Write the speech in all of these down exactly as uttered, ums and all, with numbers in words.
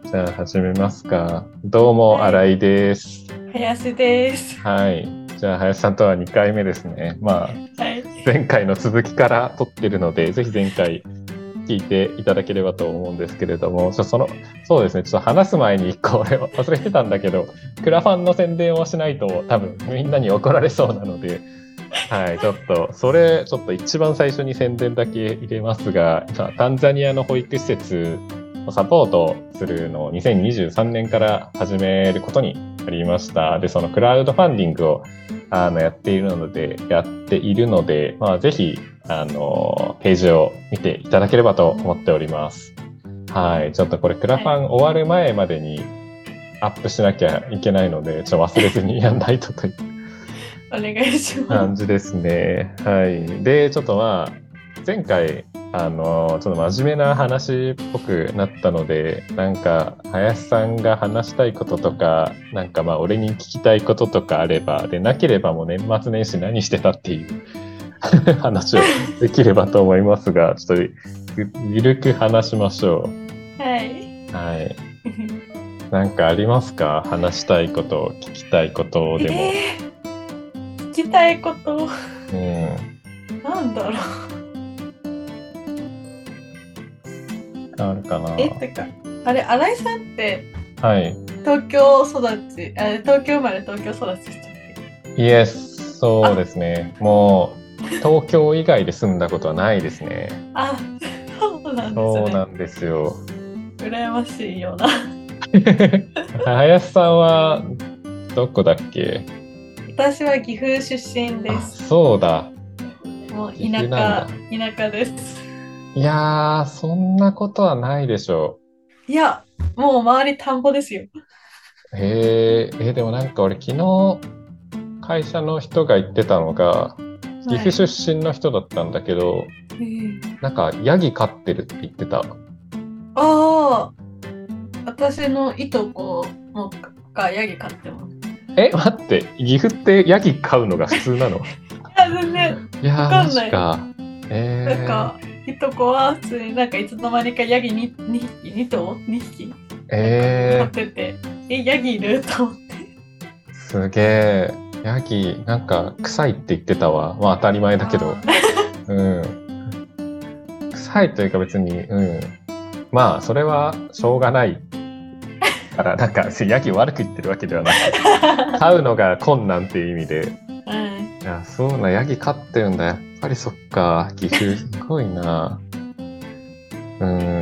じゃあ始めますか。どうも、 はい、 新井です。 林です。 はい。じゃあ、林さんとはにかいめですね。まあ、 はい。 前回の続きから撮ってるので、ぜひ前回聞いていただければと思うんですけれども、ちょその、そうですね、ちょっと話す前に一個俺は忘れてたんだけど、クラファンの宣伝をしないと多分みんなに怒られそうなので、はい、ちょっと、それ、ちょっと一番最初に宣伝だけ入れますが、今タンザニアの保育施設をサポートするのをにせんにじゅうさんねんから始めることになりました。で、そのクラウドファンディングをあのやっているので、やっているので、まあ、ぜひ、あの、ページを見ていただければと思っております。はい、ちょっとこれクラはい。 ファン終わる前までにアップしなきゃいけないので、ちょっと忘れずにやんないとというお願いします。 感じですね。はい。で、ちょっとまあ、前回、あの、ちょっと真面目な話っぽくなったので、なんか、林さんが話したいこととか、なんかまあ、俺に聞きたいこととかあれば、で、なければもう年末年始何してたっていう話をできればと思いますが、ちょっと、ゆるく話しましょはい。 う。はい。なんかありますか？話したいこと、聞きたいことでも。 えー、聞きたいこと、 うん。 なんだろう。 あるかえ、 な。 てか、あれ、新井さんってはい。 東京育ち、あ、東京生まれ東京育ちでしたっけ？ イエス、そうあ、 ですね。もう、東京以外で住んだことはないですね。 あ、そうなんですね。 そうなんですよ。 羨ましいような。 林さんは、どこだっけ？ 私は岐阜出身であ、 す。 そうだ。 もう岐阜田舎、 なんだ。 田舎です。 いやー、そんなことはないでしょいや、もう周り田んぼですよ。 う。へえ、え、でもなんか俺昨日会社の人が言ってたのが、岐阜はい。 出身の人だったんだけど、 えー、 なんかヤギ飼ってるって言ってた。 ああ、私のいとこもがヤギ飼ってます。 え、待って、岐阜ってヤギ飼うのが普通なの？ いや、全然わいやー、マかんない。 ジか。 なんえか、いとこは普通になんかいつの間にかヤギ に, にひき、に頭 ?に 匹ー、 なんか飼っえてて、え、ヤギいると思って。 ー、すげえ。ヤギ、なんか、臭いって言ってたわ。まあ、当たり前だけど。 ああ、 うん。臭いというか別に、うん。まあ、それは、しょうがないから、なんか、ヤギを悪く言ってるわけではなく、飼うのが困難っていう意味で。 はい。 いや、そうな、ヤギ飼ってるんだ。やっぱりそっか。岐阜、すごいな。うん。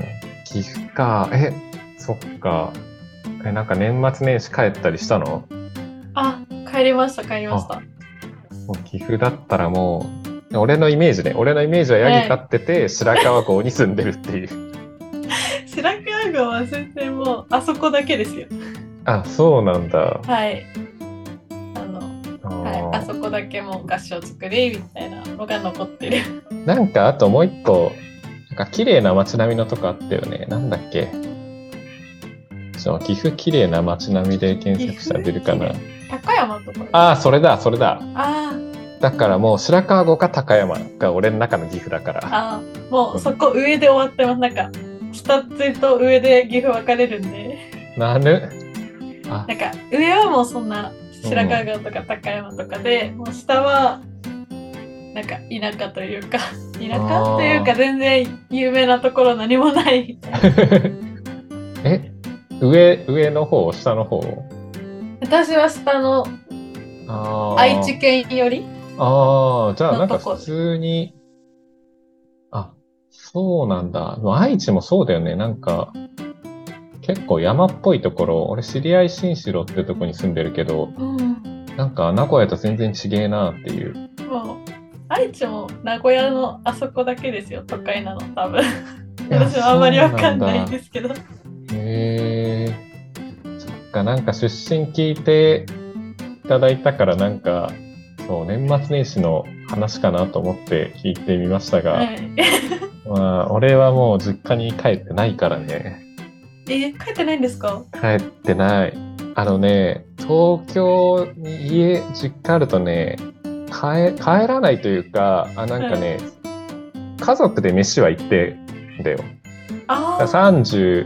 岐阜か。え、そっか。え、なんか年末年始帰ったりしたの？ あ、帰りました、帰りましあ、 た。 もう岐阜だったらもう、俺のイメージね、俺のイメージはヤギ飼はい。 ってて白川郷に住んでるっていう。 白川郷は全然もう、あそこだけですよ。 あ、そうなんだ。 はい。あの、 あはい。あー、 そこだけもう合掌造りみたいなのが残ってる。 なんかあともう一個、なんか綺麗な街並みのとこあったよね。なんだっけ。ちょ、岐阜綺麗な街並みで検岐索したら出阜綺麗。 るかな。 高山とかですああ、 か？ それだ、それだ。 あだからもう白川郷か高山が俺の中の岐阜だから。 あ、ああ、もううん、 そこ上で終わってます。なんか、下つと上で岐阜分かれるんで。 なぬ。あ、 なんか、上はもうそんな白川うん。 郷とか高山とかで、もう下は、なんか田舎というか、田舎というかあ全然有名なところ何もないみたいな。 あ。え、上、上の方、下の方？ 私は下の愛知あ県よりあ、ああ、じゃあのなんか普とこで。 通に、あ、そうなんだ。まあ愛知もそうだよね。なんか結構山っぽいところ、俺知り合い新城ってとこに住んでるけど、 うん。 なんか名古屋と全然違えなっていう。 もう、愛知も名古屋のあそこだけですよ、都会なの、多分。 いや、 私もあんまりそうわかんないなんだ。 ですけど。 へえ、そっか、なんか出身聞いていただいたからなんか、そう、年末年始の話かなと思って聞いてみましたが、 はい。 まあ、俺はもう実家に帰ってないからね。 え、帰ってないんですか？ 帰ってない。あのね、東京に家、実家あるとね、帰、帰らないというか、あ、なんはい。 かね、家族で飯は行ってんだよ。だからあさんじゅう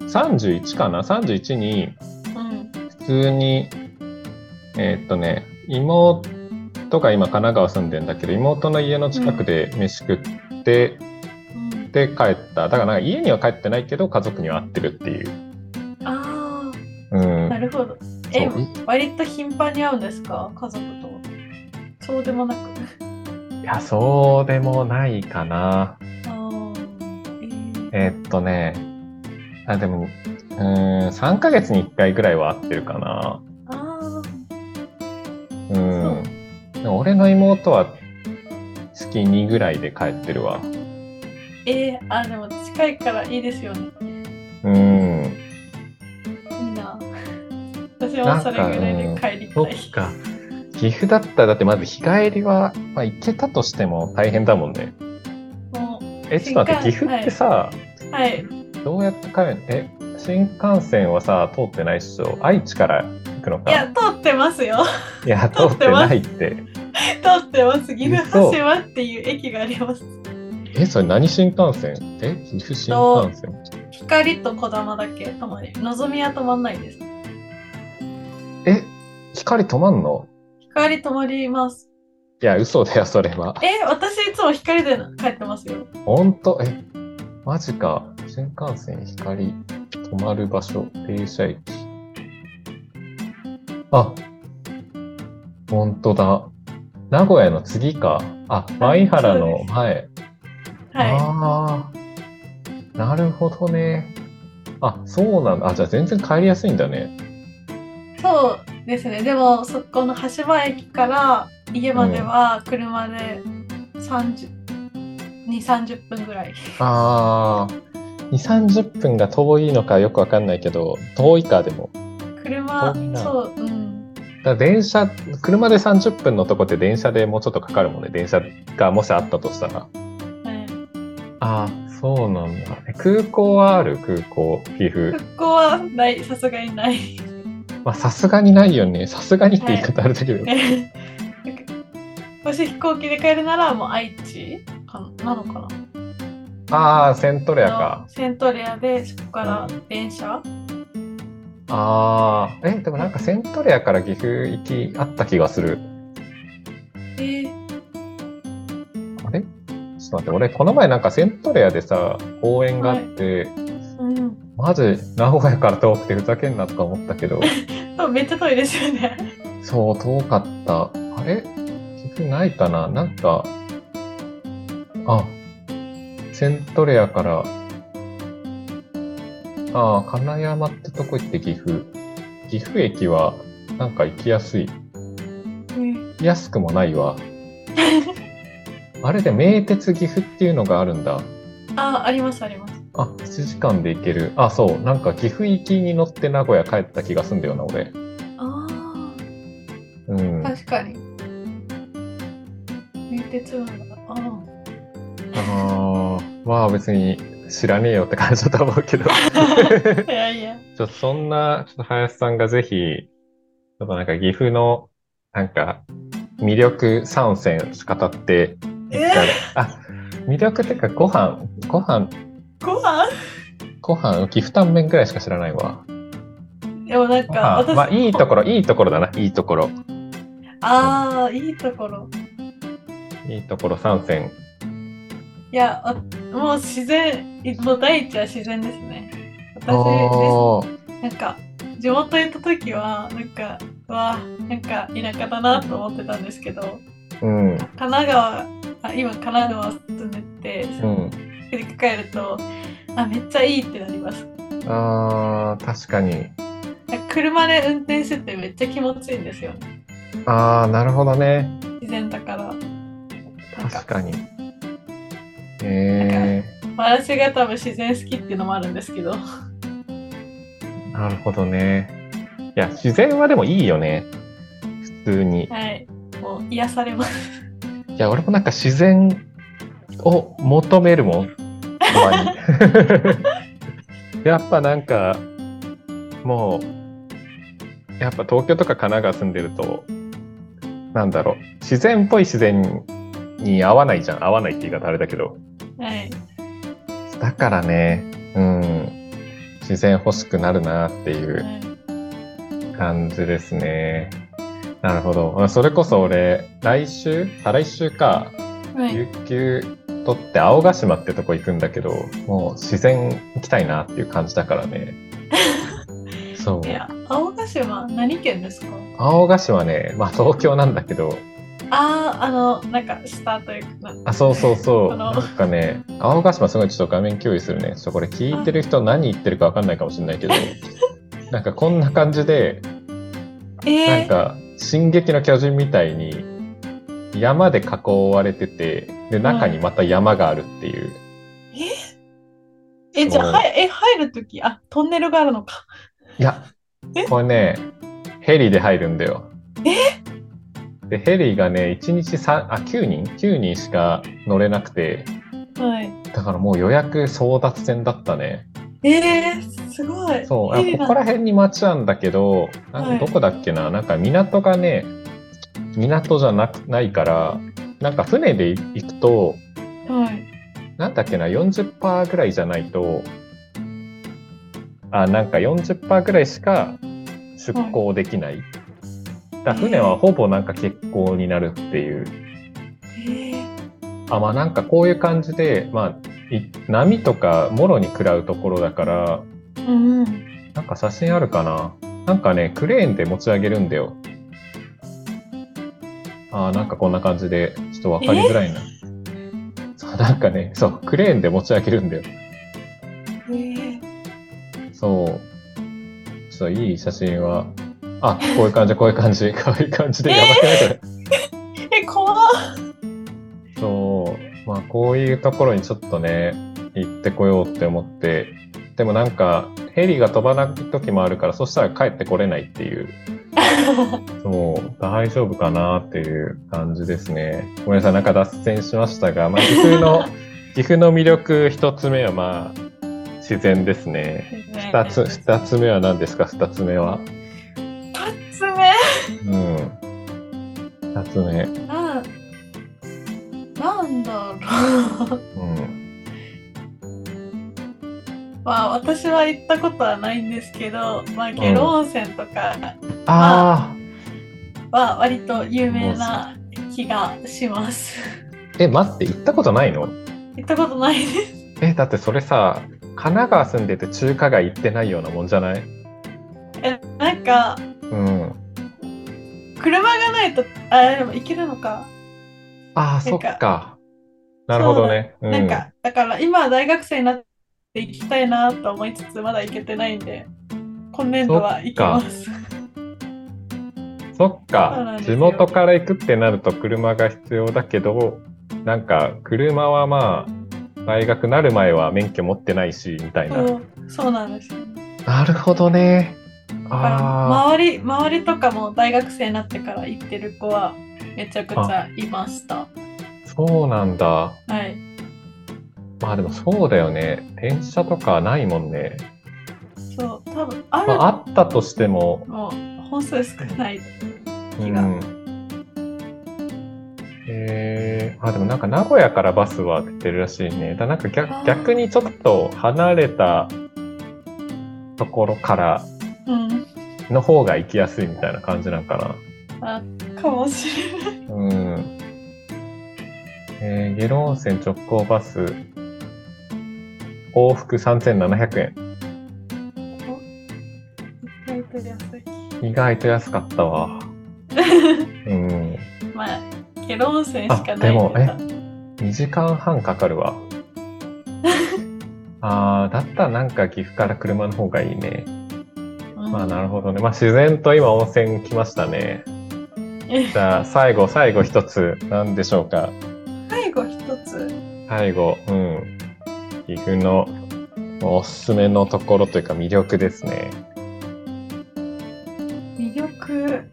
さんじゅういちかな ?さんじゅういち にうん普通に、えーっとね、妹が今神奈川住んでんだけど、妹の家の近くで飯食って、うん、で帰った。だからなんか家には帰ってないけど家族には会ってるっていう。 ああ、 うん、 なるほど。え、割と頻繁に会うんですか、家族と？そうでもなく。 いや、そうでもないかな。 あえー、 えー、っとね、あ、でも、うーん、さんかげつにいっかいぐらいは会ってるかな。 あうん。でも俺の妹は月にぐらいで帰ってるわ。 えー、あ、でも近いからいいですよね。 うん。 いいな。私もそれぐらいで帰りたい。 うん、そっか。岐阜だったらだってまず日帰りは、まあ、行けたとしても大変だもんね。 もうえ、ちょっと待って、岐阜ってさ、 はい、 どうやって帰るの？え、新幹線はさ、通ってないっしょ？愛知から行くのか？ いや、通ってますよ。 いや、通ってないって。 通ってます。岐阜羽島っていう駅があります。 え、それ何新幹線？え、岐阜新幹線？ 光とこだまだけ止まり、のぞみは止まんないです。 え、光止まんの？ 光止まります。 いや、嘘だよ、それは。 え、私いつも光で帰ってますよ。 ほんと？え、マジか。新幹線光止まる場所、停車駅。あ、ほんとだ。名古屋の次か。あ、舞原の前。 はい。 ああ、なるほどね。あ、そうなんだ。あ、じゃあ全然帰りやすいんだね。 そうですね。でも、そこの羽島駅から家までは車でさんじゅう、に、さんじゅっぷんぐらい。 ああ、に、さんじゅっぷんが遠いのかよくわかんないけど、遠いか、でも。 車、そう、うん。 だ電車、車でさんじゅっぷんのとこって電車でもうちょっとかかるもんね。電車がもしあったとしたら。はい、ああ、そうなんだ。空港はある？空港、岐阜。 空港はない、さすがにない。 まあ、さすがにないよね。さすがにって言い方あるんだけど。はい、 もし飛行機で帰るなら、もう愛知かなのかな。 ああ、セントレアか。 セントレアで、そこから電車、うん、 ああ、え、でもなんかセントレアから岐阜行きあった気がする。 えー、 あれ？ちょっと待って、俺この前なんかセントレアでさ、公園があって、はい、うん、マジ名古屋から遠くてふざけんなとか思ったけど。 めっちゃ遠いですよね。 そう、遠かった。あれ？岐阜ないかな？なんか、あ、セントレアから、ああ、金山ってとこ行って岐阜。岐阜駅はなんか行きやすい。うん、行きやすくもないわ。あれで名鉄岐阜っていうのがあるんだ。 あ、ありますあります。 あ、いちじかんで行ける。あ、そう。なんか岐阜行きに乗って名古屋帰った気がすんだよな、俺。 ああ。 うん。確かに。名鉄なんだ。ああ。 ああ、まあ別に知らねえよって感じだと思うけど。 いやいや。 ちょっとそんな、ちょっと林さんがぜひ、ちょっとなんか岐阜の、なんか、魅力さんせん語って、えー、あ、魅力っていうかご飯、ご飯、 ご飯ご飯、岐阜タンメンくらいしか知らないわ。 でもなんか、 私まあいいところ、いいところだな、いいところ。 ああ、うん、いいところ。 いいところさんせん。 いや、もう自然、もう第一は自然ですね。私です。なんか、地元行った時は、なんか、わあ、なんか田舎だなと思ってたんですけど、うん、神奈川、あ今神奈川住んでて、うん、振り返ると、あ、めっちゃいいってなります。 あー、確かに。 車で運転しててめっちゃ気持ちいいんですよね。 あー、なるほどね。 自然だから。 確かに。えー、私が多分自然好きっていうのもあるんですけど。 なるほどね。いや、自然はでもいいよね。普通に。 はい。もう癒されます。 いや、俺もなんか自然を求めるもん。たまに。やっぱなんか、もう、やっぱ東京とか神奈川住んでると、なんだろう、自然っぽい自然に合わないじゃん。合わないって言い方あれだけど。 はい。 だからね、うん。 自然欲しくなるなっていうはい感じですね。なるほど。それこそ俺、来週再来週か、 はい有給取って青ヶ島ってとこ行くんだけど、もう自然行きたいなっていう感じだからね。そう。 いや、青ヶ島何県ですか？ 青ヶ島ね、まあ東京なんだけど、 ああ、あの、なんか下というかな。 あ、そうそうそう。 このなんかね、青ヶ島すごいちょっと画面共有するね。ちょっとこれ聞いてる人何言ってるかわかんないかもしれないけど、なんかこんな感じで、 えー、 なんか、進撃の巨人みたいに山で囲われてて、で、中にまた山があるっていう。 え、じゃあ、 そうはえ、入るとき、あ、トンネルがあるのか。 いや、 えこれね、ヘリで入るんだよ。 えで、ヘリがね、いちにちさん、あ、きゅうにん ?きゅう 人しか乗れなくて、 はい。 だからもう予約争奪戦だったね。 えー、すごい。 そう、あヘリなんここら辺に町あんだけど、なんはいどこだっけな、なんか港がね、港じゃなくないから、なんか船で行くと、 はい。 なんだっけな、よんじゅっパーセントぐらいじゃないと、あ、なんかよんじゅっパーセントぐらいしか出港できない。だから船はほぼなんか欠航になるっていう。 えー、 あ、まあなんかこういう感じで、まあ、い波とかもろに食らうところだから、 うんうん。 なんか写真あるかな。なんかね、クレーンで持ち上げるんだよ。あーなんかこんな感じで、ちょっとわかりづらいな。そう、なんかね、そう、クレーンで持ち上げるんだよ。 えー、 そう。ちょっといい写真は、あ、こういう感じ、こういう感じ、こういう感じで、やばくないこれ。 え、怖っ。 そう。まあ、こういうところにちょっとね、行ってこようって思って、でもなんか、ヘリが飛ばない時もあるから、そしたら帰ってこれないっていう。そう、大丈夫かなっていう感じですね。ごめんなさい、なんか脱線しましたが、まあ、岐阜の、岐阜の魅力一つ目は、まあ、自然ですね。二つ、二つ目は何ですか、二つ目は。 二つ目うん。二つ目。 な、なんだろう。 うん。 まあ、私は行ったことはないんですけど、まあ、下呂温泉とかあは割と有名な気がします。 あ。え、待って、行ったことないの？ 行ったことないです。 え、だってそれさ、神奈川住んでて中華街行ってないようなもんじゃない？ え、なんか、 うん。 車がないと、あ、でも行けるのか。 ああ、そっか。なるほどね。うん。 なんか、だから今は大学生になって行きたいなと思いつつ、まだ行けてないんで、今年度は行きます。 そっか。 そうなんです地よ元から行くってなると車が必要だけど、なんか車はまあ、大学なる前は免許持ってないし、みたいな。 そう、そうなんですよね。 なるほどね。 だからあ周り、周りとかも大学生になってから行ってる子はめちゃくちゃいました。 あ、そうなんだ。 はい。 まあでもそうだよね。電車とかないもんね。 そう、多分あるまあ、あったとしても、 もう本数少ない気が。 うん。えー、あ、でもなんか名古屋からバスは出てるらしいね。だなんか逆あー逆にちょっと離れたところからうん。 の方が行きやすいみたいな感じなんかな。 あ、かもしれない。 うん。えー、下呂温泉直行バス、往復さんぜんななひゃくえん。 意外と安い。 意外と安かったわ。うん。 まあ、下呂温泉しかあ、 ないでも、えん、 にじかんはんかかるわ。あー、だったらなんか岐阜から車の方がいいね。 うん、 まあなるほどね。まあ自然と今温泉来ましたね。じゃあ最後、最後一つ、何でしょうか。 最後一つ。 最後、うん。岐阜のおすすめのところというか魅力ですね。 魅力。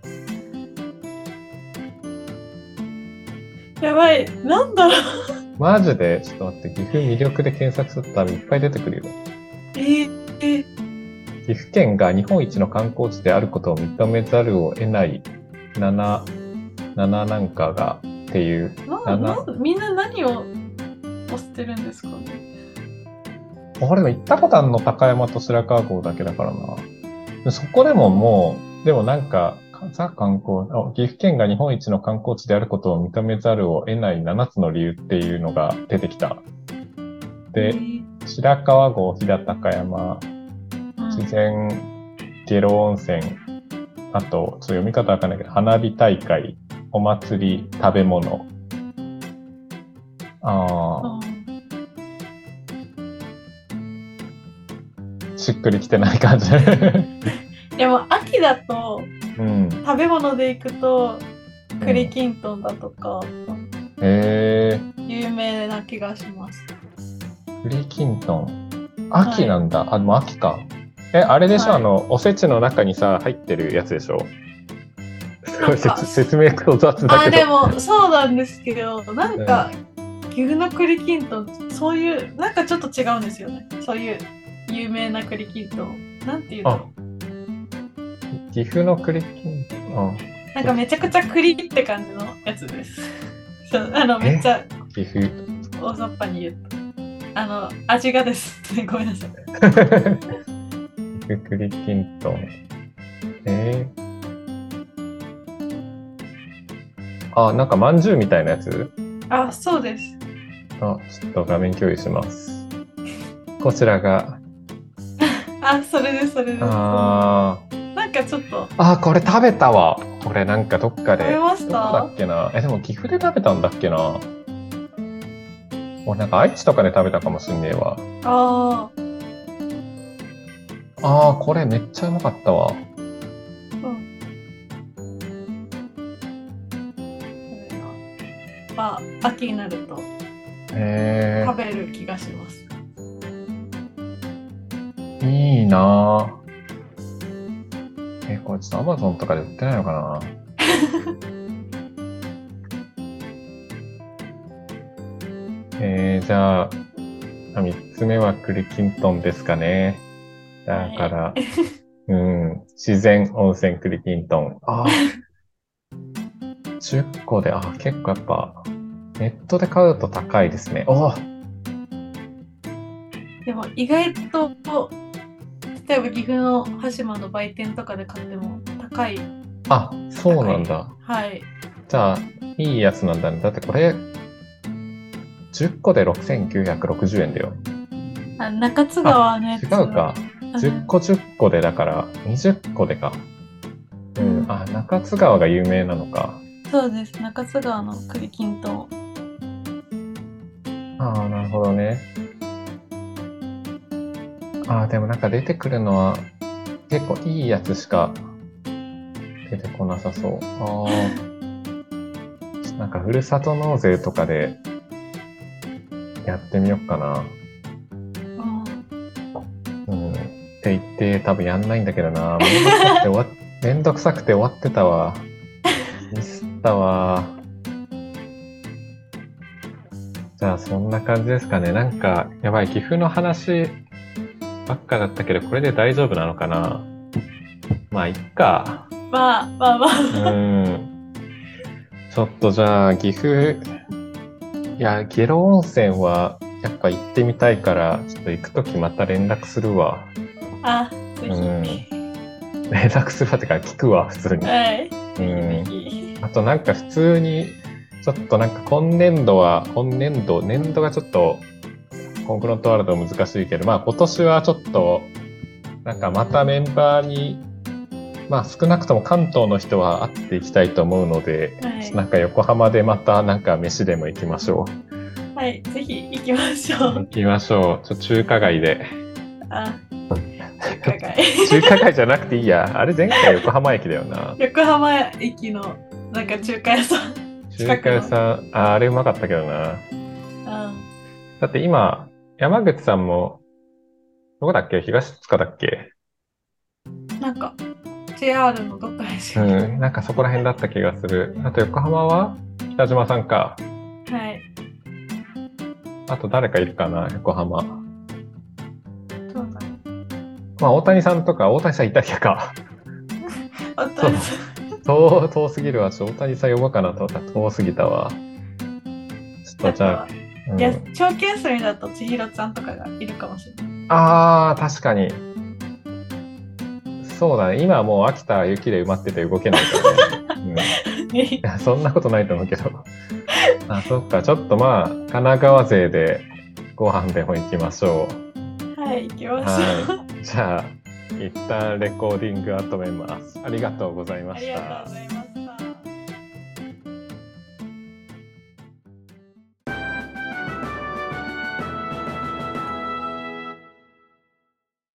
やばい、なんだろう。 マジで、ちょっと待って、岐阜魅力で検索すると多分いっぱい出てくるよ。 えー、え岐阜県が日本一の観光地であることを認めざるを得ない7、7なんかがっていう。 ななみんな何を押してるんですかね。 俺でも行ったことあるの高山と白川郷だけだからな。そこでももう、でもなんか、ザ観光、岐阜県が日本一の観光地であることを認めざるを得ないななつの理由っていうのが出てきた。で、白川郷、飛騨高山、自然、下呂温泉、あと、ちょっと読み方わかんないけど、花火大会、お祭り、食べ物。ああ。しっくりきてない感じ。 でも秋だと、 うん、 食べ物で行くと栗きんとんだとか、 うん、へー有名な気がします。 栗きんとん秋なんだ、はい、あでも秋か。えあれでしょ、はい、あのおせちの中にさ入ってるやつでしょ。すごい説明が雑だけど。 あでもそうなんですけど、なんか、うん、岐阜の栗きんとんそういうなんかちょっと違うんですよね。そういう有名な栗きんとんなんていうの。 岐阜の栗きんとん。 なんかめちゃくちゃ栗って感じのやつです。そうあのめっちゃ岐阜大雑把に言うとあの味がですねごめんなさい。 岐阜栗きんとん。えー、あなんかまんじゅうみたいなやつ？ あそうです。 あちょっと画面共有します。こちらが。 あそれですそれです。 ああ。 なんかちょっとあこれ食べたわ。これなんかどっかで食べました？ どこだっけな。えでも岐阜で食べたんだっけな。俺なんか愛知とかで食べたかもしんねえわ。 あああこれめっちゃうまかったわ。 うんまあ秋になるとへ食べる気がします。 いいなぁ。え、これちょっと Amazon とかで売ってないのかなえー、じゃあ、みっつめは栗きんとんですかね。だから、はい、うん、自然温泉栗きんとん。あじゅっこで、あ結構やっぱ、ネットで買うと高いですね。おでも意外と、例えば岐阜の羽島の売店とかで買っても高い。 あ、そうなんだ。 はい。 じゃあ、いいやつなんだね。だってこれ、じゅっこでろくせんきゅうひゃくろくじゅうえんだよ。 あ、中津川のやつ。 違うか。じゅっこじゅっこでだからにじゅっこでか。うん。うん、あ、中津川が有名なのか。 そうです。中津川の栗きんとん。 ああ、なるほどね。ああ、でもなんか出てくるのは結構いいやつしか出てこなさそう。ああ。なんかふるさと納税とかでやってみようかな。うん。って言って多分やんないんだけどな。めんどくさくて終わっ、めんどくさくて終わってたわ。ミスったわ。じゃあそんな感じですかね。なんかやばい岐阜の話ばっかだったけどこれで大丈夫なのかな。まあいっか。 まあまあまあ。 うん。ちょっとじゃあ岐阜いや下呂温泉はやっぱ行ってみたいからちょっと行くときまた連絡するわ。 あ、ぜひ。うん、 連絡するわってか聞くわ普通に。 はい。 うん。あとなんか普通にちょっとなんか今年度は今年度年度がちょっとコンクロットワールド難しいけどまあ今年はちょっとなんかまたメンバーにまあ少なくとも関東の人は会っていきたいと思うので、はい、なんか横浜でまたなんか飯でも行きましょう。はい、ぜひ行きましょう。 行きましょう。ちょ中華街で。 あ、中華街。 中華街じゃなくていいや。あれ前回横浜駅だよな。 横浜駅のなんか中華屋さん。 中華屋さん、あ、あれうまかったけどな。 うん。 だって今山口さんもどこだっけ？東塚だっけ？ なんか。ジェイアール のどっかでしょ。 うん、なんかそこら辺だった気がする。あと横浜は北島さんか。 はい。 あと誰かいるかな、横浜。 そうだね。 まあ大谷さんとか、大谷さんイタリアか。 大谷さん。遠、遠すぎるわ。ちょっと大谷さん呼ぼうかなと思ったら遠すぎたわ。ちょっとじゃあ。 うん、いや、長期休みだと千尋ちゃんとかがいるかもしれない。 ああ、確かに。そうだね。今はもう秋田雪で埋まってて動けないからね。うん、いやそんなことないと思うけど。あ、そっか。ちょっとまあ、神奈川勢でご飯でも行きましょう。はい、行きましょう。 はい。じゃあ、一旦レコーディングを止めます。ありがとうございました。 ありがとうございます。